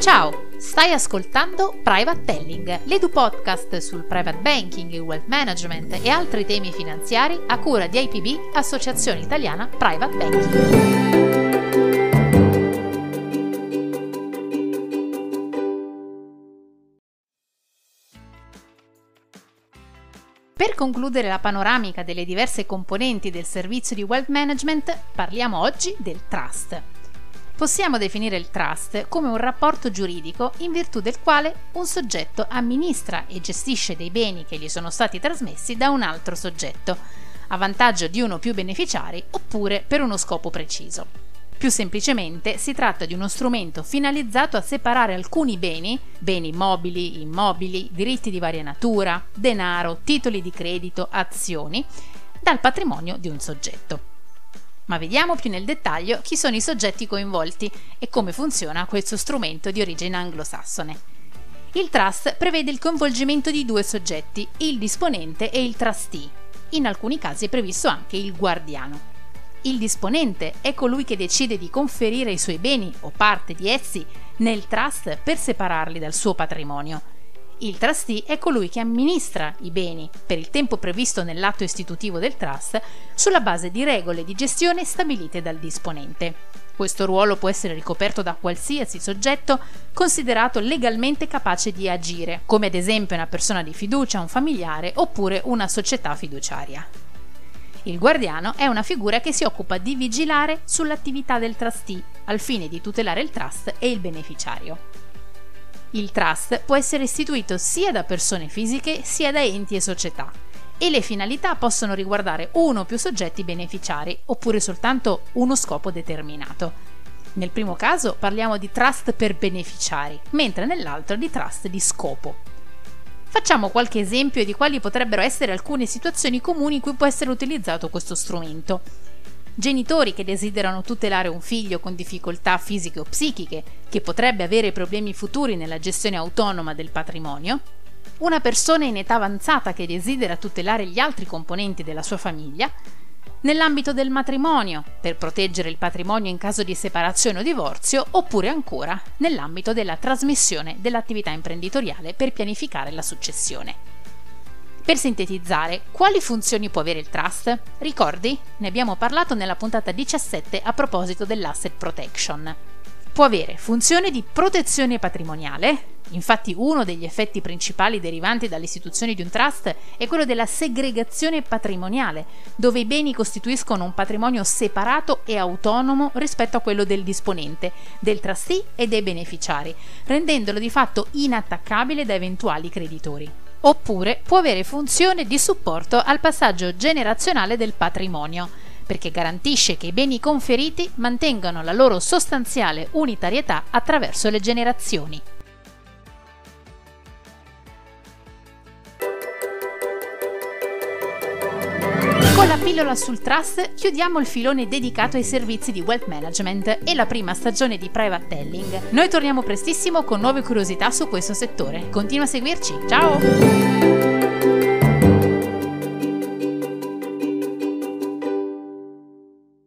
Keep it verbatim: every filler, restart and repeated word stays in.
Ciao, stai ascoltando Private Telling, l'edu podcast sul private banking, il wealth management e altri temi finanziari a cura di I P B, Associazione Italiana Private Banking. Per concludere la panoramica delle diverse componenti del servizio di wealth management, parliamo oggi del trust. Possiamo definire il trust come un rapporto giuridico in virtù del quale un soggetto amministra e gestisce dei beni che gli sono stati trasmessi da un altro soggetto, a vantaggio di uno o più beneficiari oppure per uno scopo preciso. Più semplicemente si tratta di uno strumento finalizzato a separare alcuni beni, beni mobili, immobili, diritti di varia natura, denaro, titoli di credito, azioni, dal patrimonio di un soggetto. Ma vediamo più nel dettaglio chi sono i soggetti coinvolti e come funziona questo strumento di origine anglosassone. Il trust prevede il coinvolgimento di due soggetti, il disponente e il trustee. In alcuni casi è previsto anche il guardiano. Il disponente è colui che decide di conferire i suoi beni o parte di essi nel trust per separarli dal suo patrimonio. Il trustee è colui che amministra i beni per il tempo previsto nell'atto istitutivo del trust sulla base di regole di gestione stabilite dal disponente. Questo ruolo può essere ricoperto da qualsiasi soggetto considerato legalmente capace di agire, come ad esempio una persona di fiducia, un familiare oppure una società fiduciaria. Il guardiano è una figura che si occupa di vigilare sull'attività del trustee al fine di tutelare il trust e il beneficiario. Il trust può essere istituito sia da persone fisiche sia da enti e società e le finalità possono riguardare uno o più soggetti beneficiari oppure soltanto uno scopo determinato. Nel primo caso parliamo di trust per beneficiari, mentre nell'altro di trust di scopo. Facciamo qualche esempio di quali potrebbero essere alcune situazioni comuni in cui può essere utilizzato questo strumento. Genitori che desiderano tutelare un figlio con difficoltà fisiche o psichiche, che potrebbe avere problemi futuri nella gestione autonoma del patrimonio, una persona in età avanzata che desidera tutelare gli altri componenti della sua famiglia, nell'ambito del matrimonio, per proteggere il patrimonio in caso di separazione o divorzio, oppure ancora nell'ambito della trasmissione dell'attività imprenditoriale per pianificare la successione. Per sintetizzare, quali funzioni può avere il trust? Ricordi? Ne abbiamo parlato nella puntata diciassette a proposito dell'asset protection. Può avere funzione di protezione patrimoniale. Infatti uno degli effetti principali derivanti dall'istituzione di un trust è quello della segregazione patrimoniale, dove i beni costituiscono un patrimonio separato e autonomo rispetto a quello del disponente, del trustee e dei beneficiari, rendendolo di fatto inattaccabile da eventuali creditori. Oppure può avere funzione di supporto al passaggio generazionale del patrimonio, perché garantisce che i beni conferiti mantengano la loro sostanziale unitarietà attraverso le generazioni. Con la pillola sul trust chiudiamo il filone dedicato ai servizi di wealth management e la prima stagione di Private Telling. Noi torniamo prestissimo con nuove curiosità su questo settore. Continua a seguirci, ciao!